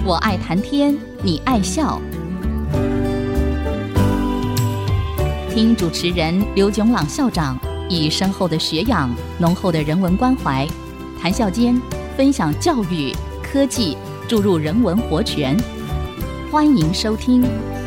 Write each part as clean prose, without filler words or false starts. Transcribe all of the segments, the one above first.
我爱谈天，你爱笑。听主持人刘炯朗校长以深厚的学养、浓厚的人文关怀，谈笑间分享教育、科技，注入人文活泉。欢迎收听。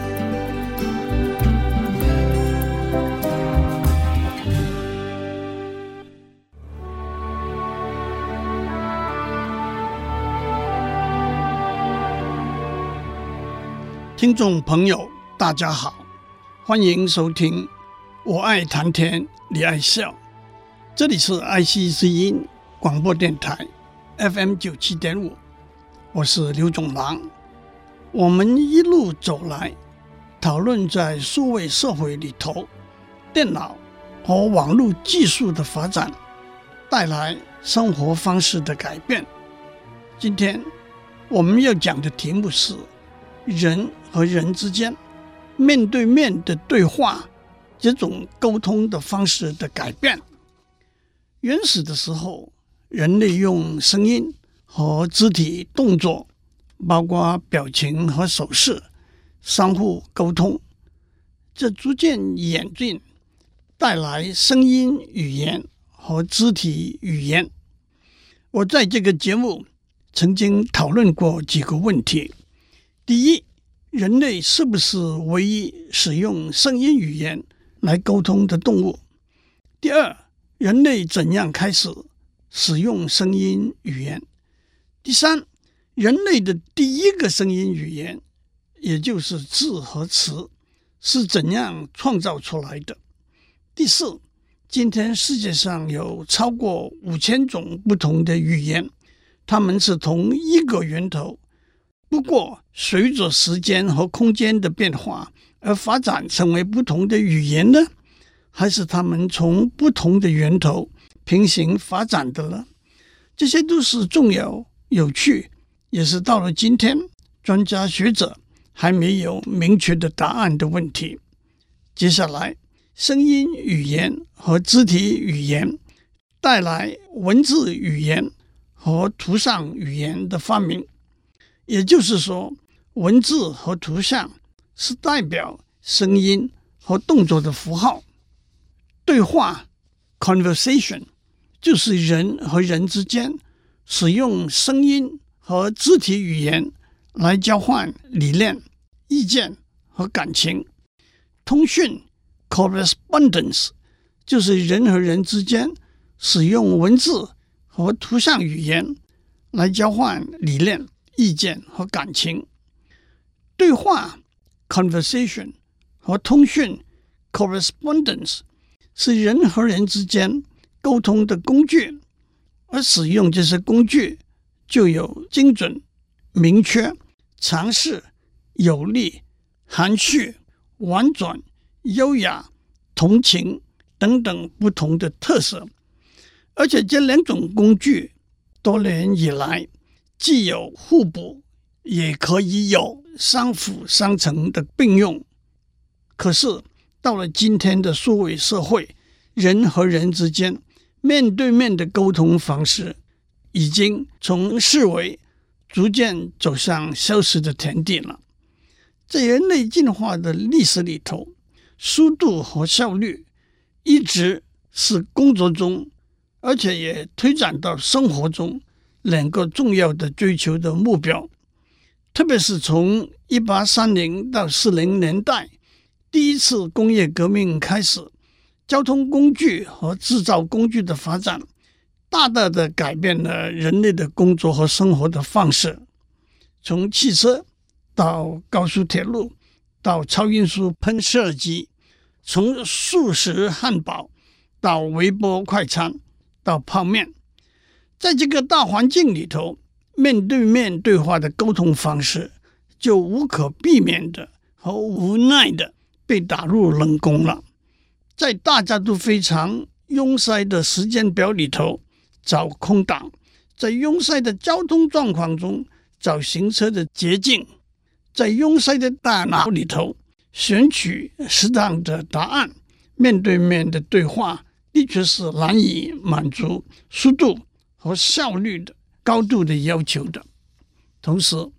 听众朋友大家好，欢迎收听我爱谈天你爱笑，这里是爱惜之音广播电台 FM 97.5，我是刘炯朗。我们一路走来，讨论在数位社会里头，电脑和网络技术的发展带来生活方式的改变。今天我们要讲的题目是人和人之间面对面的对话，这种沟通的方式的改变。原始的时候，人类用声音和肢体动作，包括表情和手势，相互沟通。这逐渐演进，带来声音语言和肢体语言。我在这个节目曾经讨论过几个问题。第一，人类是不是唯一使用声音语言来沟通的动物？第二，人类怎样开始使用声音语言？第三，人类的第一个声音语言，也就是字和词，是怎样创造出来的？第四，今天世界上有超过5000种不同的语言，它们是同一个源头，不过随着时间和空间的变化而发展成为不同的语言呢？还是它们从不同的源头平行发展的呢？这些都是重要、有趣，也是到了今天专家学者还没有明确的答案的问题。接下来，声音语言和肢体语言带来文字语言和图像语言的发明。也就是说，文字和图像是代表声音和动作的符号。对话 conversation 就是人和人之间使用声音和肢体语言来交换理念、意见和感情。通讯 correspondence 就是人和人之间使用文字和图像语言来交换理念、意见和感情。对话 conversation 和通讯 correspondence 是人和人之间沟通的工具，而使用这些工具就有精准、明确、尝试、有力、含蓄、婉转、优雅、同情等等不同的特色。而且这两种工具多年以来既有互补，也可以有相辅相成的并用。可是到了今天的数位社会，人和人之间面对面的沟通方式已经从视为逐渐走向消失的田地了。在人类进化的历史里头，速度和效率一直是工作中，而且也推展到生活中两个重要的追求的目标。特别是从1830到40年代第一次工业革命开始，交通工具和制造工具的发展大大的改变了人类的工作和生活的方式。从汽车到高速铁路，到超音速喷射机，从速食汉堡到微波快餐，到泡面。在这个大环境里头，面对面对话的沟通方式就无可避免的和无奈的被打入冷宫了。在大家都非常拥塞的时间表里头找空档，在拥塞的交通状况中找行车的捷径，在拥塞的大脑里头选取适当的答案。面对面的对话的确是难以满足速度和效率的高度的要求的。同时，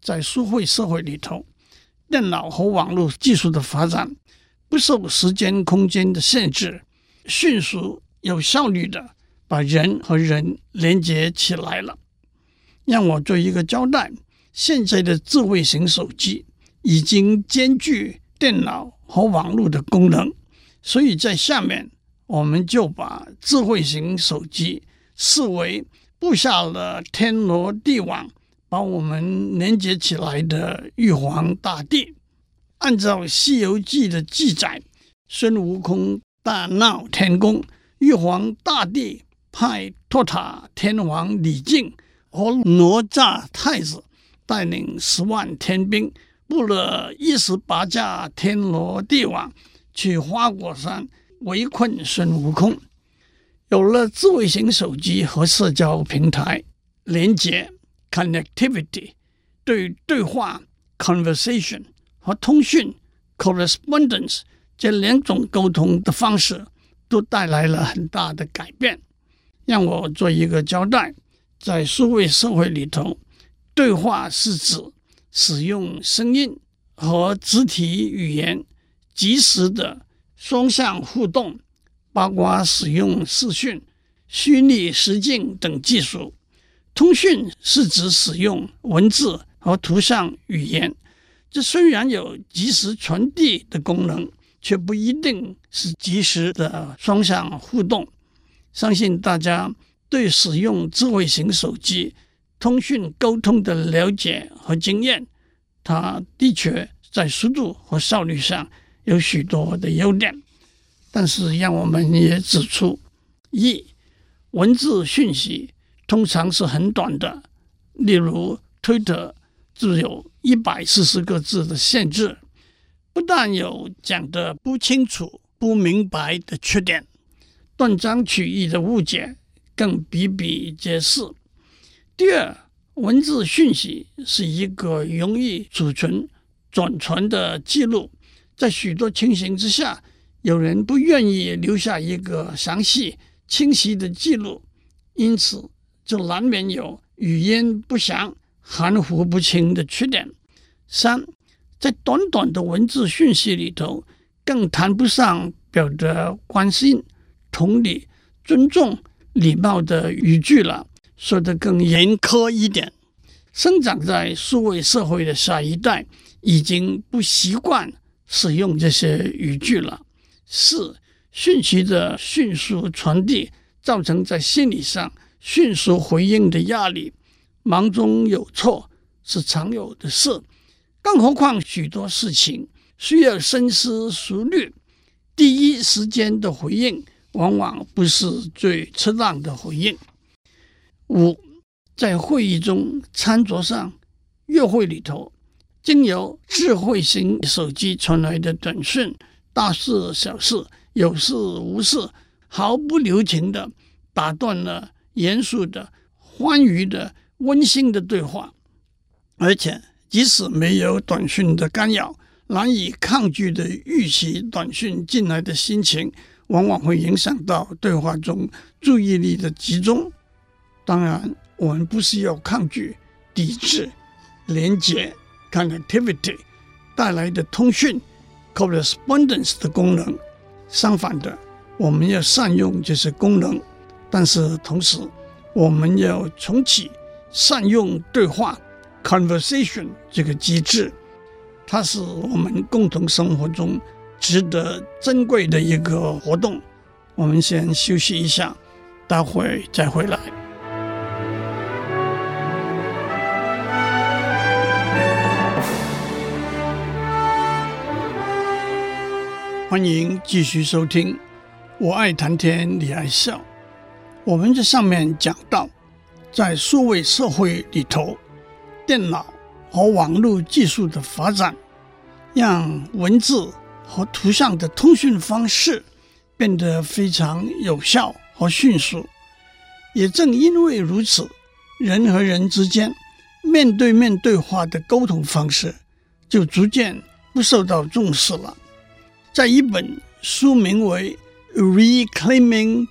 在数位社会里头，电脑和网络技术的发展不受时间空间的限制，迅速有效率的把人和人连接起来了。让我做一个交代，现在的智慧型手机已经兼具电脑和网络的功能，所以在下面我们就把智慧型手机视为布下了天罗地网把我们连接起来的玉皇大帝。按照《西游记》的记载，孙悟空大闹天宫，玉皇大帝派托塔天王李靖和哪吒太子带领10万天兵布了18架天罗地网，去花果山围困孙悟空。有了智慧型手机和社交平台连接 connectivity， 对对话 conversation 和通讯 correspondence 这2种沟通的方式都带来了很大的改变。让我做一个交代，在数位社会里头，对话是指使用声音和肢体语言及时的双向互动，包括使用视讯、虚拟实境等技术。通讯是指使用文字和图像语言，这虽然有即时传递的功能，却不一定是即时的双向互动。相信大家对使用智慧型手机通讯沟通的了解和经验，它的确在速度和效率上有许多的优点，但是让我们也指出：一、文字讯息通常是很短的，例如推特只有140个字的限制，不但有讲得不清楚、不明白的缺点，断章取义的误解更比比皆是。第二，文字讯息是一个容易储存、转传的记录，在许多情形之下，有人不愿意留下一个详细、清晰的记录，因此就难免有语焉不详、含糊不清的缺点。三，在短短的文字讯息里头，更谈不上表达关心、同理、尊重、礼貌的语句了，说得更严苛一点。生长在数位社会的下一代已经不习惯使用这些语句了。四，讯息的迅速传递造成在心理上迅速回应的压力，忙中有错是常有的事，更何况许多事情需要深思熟虑，第一时间的回应往往不是最恰当的回应。五，在会议中、餐桌上、约会里头，经由智慧型手机传来的短讯，大事小事、有事无事，毫不留情地打断了严肃的、欢愉的、温馨的对话。而且即使没有短讯的干扰，难以抗拒的预期短讯进来的心情，往往会影响到对话中注意力的集中。当然，我们不是要抗拒、抵制、连接 connectivity 带来的通讯 correspondence 的功能，相反的，我们要善用这些功能，但是同时我们要重启善用对话 conversation 这个机制，它是我们共同生活中值得珍贵的一个活动。我们先休息一下，待会再回来。欢迎继续收听我爱谈天你爱笑。我们在上面讲到，在数位社会里头，电脑和网络技术的发展让文字和图像的通讯方式变得非常有效和迅速。也正因为如此，人和人之间面对面对话的沟通方式就逐渐不受到重视了。在一本书名为 Reclaiming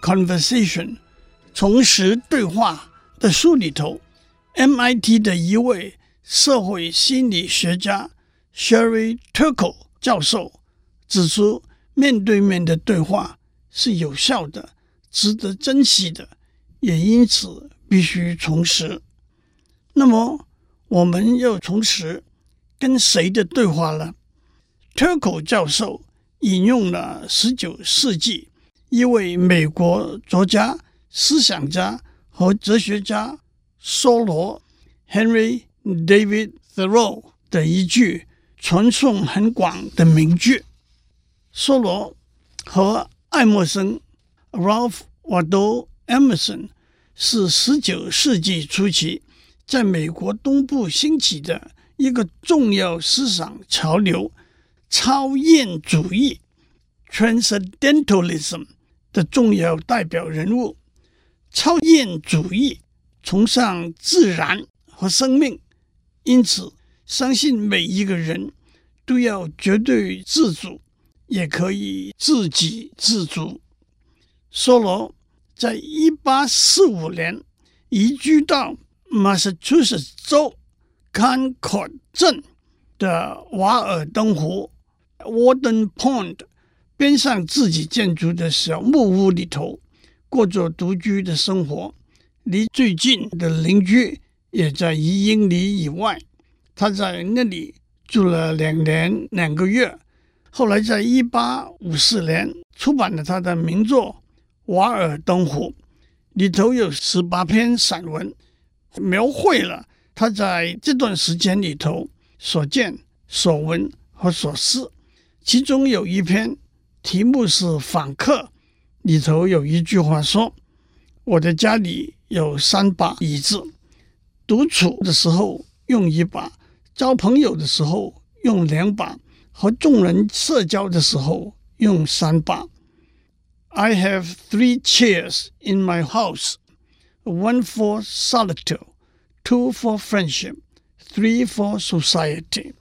Conversation 重拾对话的书里头， MIT 的一位社会心理学家 Sherry Turkle 教授指出，面对面的对话是有效的，值得珍惜的，也因此必须重拾。那么，我们要重拾跟谁的对话呢？ Turkle 教授引用了19世纪一位美国作家、思想家和哲学家梭罗 Henry David Thoreau 的一句传颂很广的名句。梭罗和爱默生 Ralph Waldo Emerson 是19世纪初期在美国东部兴起的一个重要思想潮流——超验主义 （Transcendentalism） 的重要代表人物。超验主义崇尚自然和生命，因此相信每一个人都要绝对自主，也可以自给自足。梭罗在1845年移居到 Massachusetts 州 Concord 镇的瓦尔登湖 Warden Pond 边上自己建筑的小木屋里头，过着独居的生活，离最近的邻居也在1英里以外。他在那里住了2年2个月，后来在1854年出版了他的名作《瓦尔登湖》，里头有18篇散文，描绘了他在这段时间里头所见、所闻和所思。其中有一篇题目是访客，里头有一句话说：我的家里有3把椅子，独处的时候用1把，交朋友的时候用2把，和众人社交的时候用3把。I have 3 chairs in my house, 1 for solitude, 2 for friendship, 3 for society.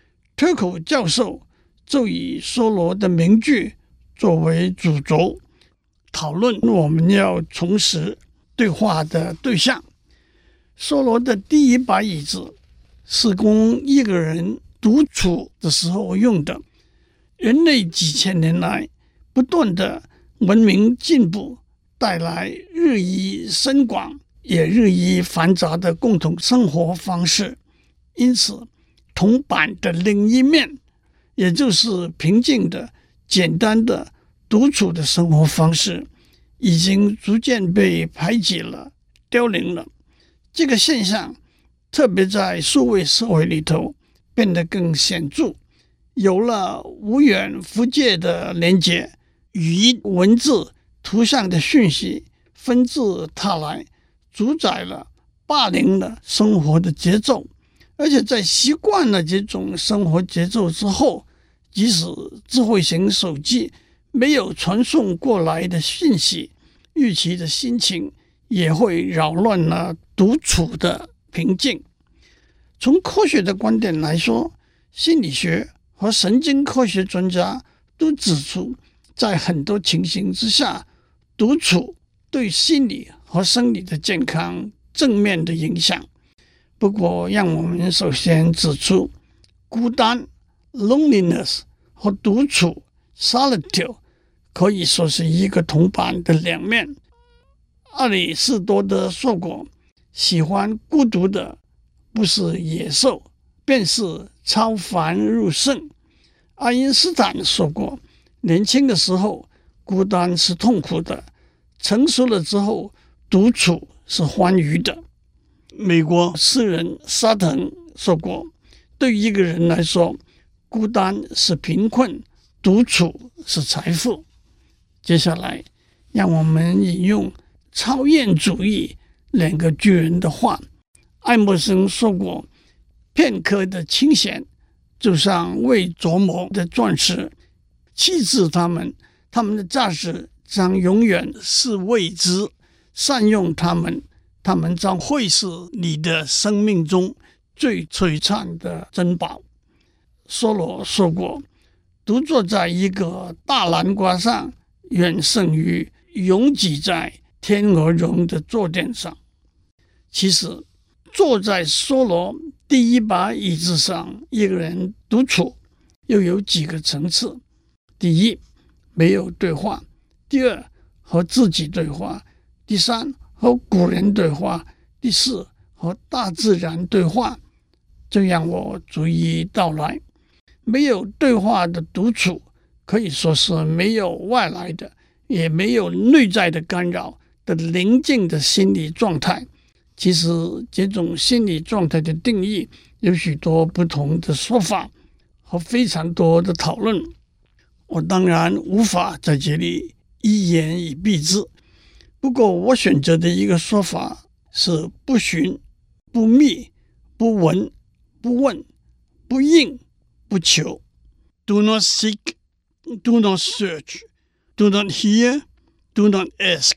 Turkle 教授就以梭罗的名句作为主轴，讨论我们要重拾对话的对象。梭罗的第1把椅子是供一个人独处的时候用的。人类几千年来不断的文明进步，带来日益深广也日益繁杂的共同生活方式，因此铜板的另一面，也就是平静的、简单的、独处的生活方式，已经逐渐被排挤了、凋零了。这个现象特别在数位社会里头变得更显著，有了无远弗届的连结，语音、文字、图像的讯息纷至沓来，主宰了、霸凌了生活的节奏。而且在习惯了这种生活节奏之后，即使智慧型手机没有传送过来的信息，预期的心情也会扰乱了独处的平静。从科学的观点来说，心理学和神经科学专家都指出，在很多情形之下，独处对心理和生理的健康正面的影响。不过，让我们首先指出，孤单 loneliness 和独处 solitude 可以说是一个铜板的2面。阿里士多德说过，喜欢孤独的不是野兽，便是超凡入圣。爱因斯坦说过，年轻的时候孤单是痛苦的，成熟了之后独处是欢愉的。美国诗人沙腾说过，对一个人来说，孤单是贫困，独处是财富。接下来让我们引用超验主义2个巨人的话。爱默生说过，片刻的清闲就像未琢磨的钻石，弃置它们，它们的价值将永远是未知，善用它们，它们将会是你的生命中最璀璨的珍宝。梭罗说过，独坐在一个大南瓜上，远胜于拥挤在天鹅绒的坐垫上。其实，坐在梭罗第一把椅子上一个人独处，又有几个层次：第一，没有对话；第二，和自己对话；第三，和古人对话；第四，和大自然对话。这样我逐一道来。没有对话的独处，可以说是没有外来的，也没有内在的干扰的宁静的心理状态。其实这种心理状态的定义有许多不同的说法和非常多的讨论，我当然无法在这里一言以蔽之。不过我选择的一个说法是不寻、不觅、不闻、不问、不应、不求。 Do not seek, do not search, do not hear, do not ask,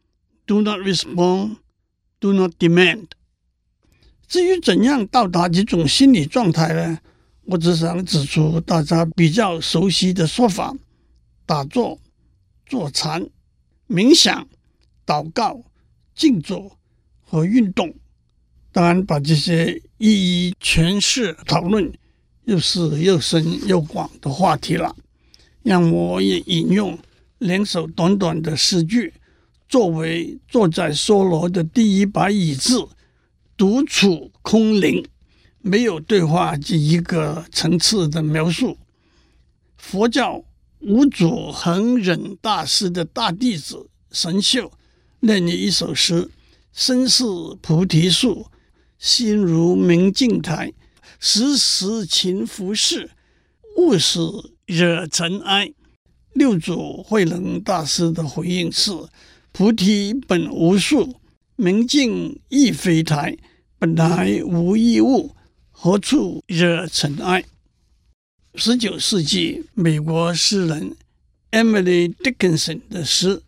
do not respond, do not demand。 至于怎样到达这种心理状态呢？我只想指出大家比较熟悉的说法：打坐、坐禅、冥想、祷告、静坐和运动。当然，把这些一一诠释讨论，又是又深又广的话题了。让我也引用2首短短的诗句，作为坐在梭罗的第一把椅子，独处空灵，没有对话这一个层次的描述。佛教五祖恒忍大师的大弟子神秀念了一首诗：身似菩提树，心如明镜台，时时勤拂拭，勿使惹尘埃。六祖慧能大师的回应是：菩提本无树，明镜亦非台，本来无一物，何处惹尘埃。19世纪美国诗人 Emily Dickinson 的诗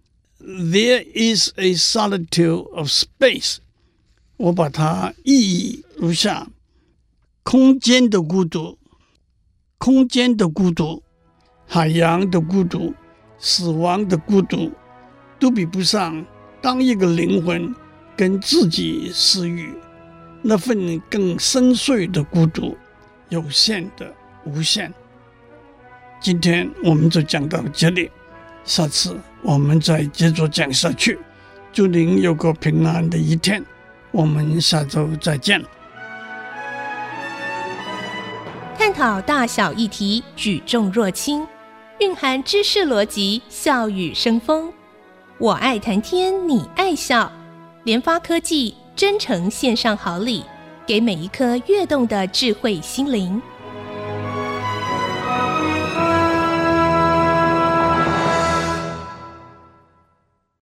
There is a solitude of space， 我把它意译如下：空间的孤独，空间的孤独，海洋的孤独，死亡的孤独，都比不上当一个灵魂跟自己私语那份更深邃的孤独，有限的无限。今天我们就讲到这里，下次我们再接着讲下去。祝您有个平安的一天，我们下周再见。 探讨大小议题，举重若轻，蕴含知识逻辑，笑语生风。我爱谈天，你爱笑。联发科技真诚献上好礼，给每一颗跃动的智慧心灵。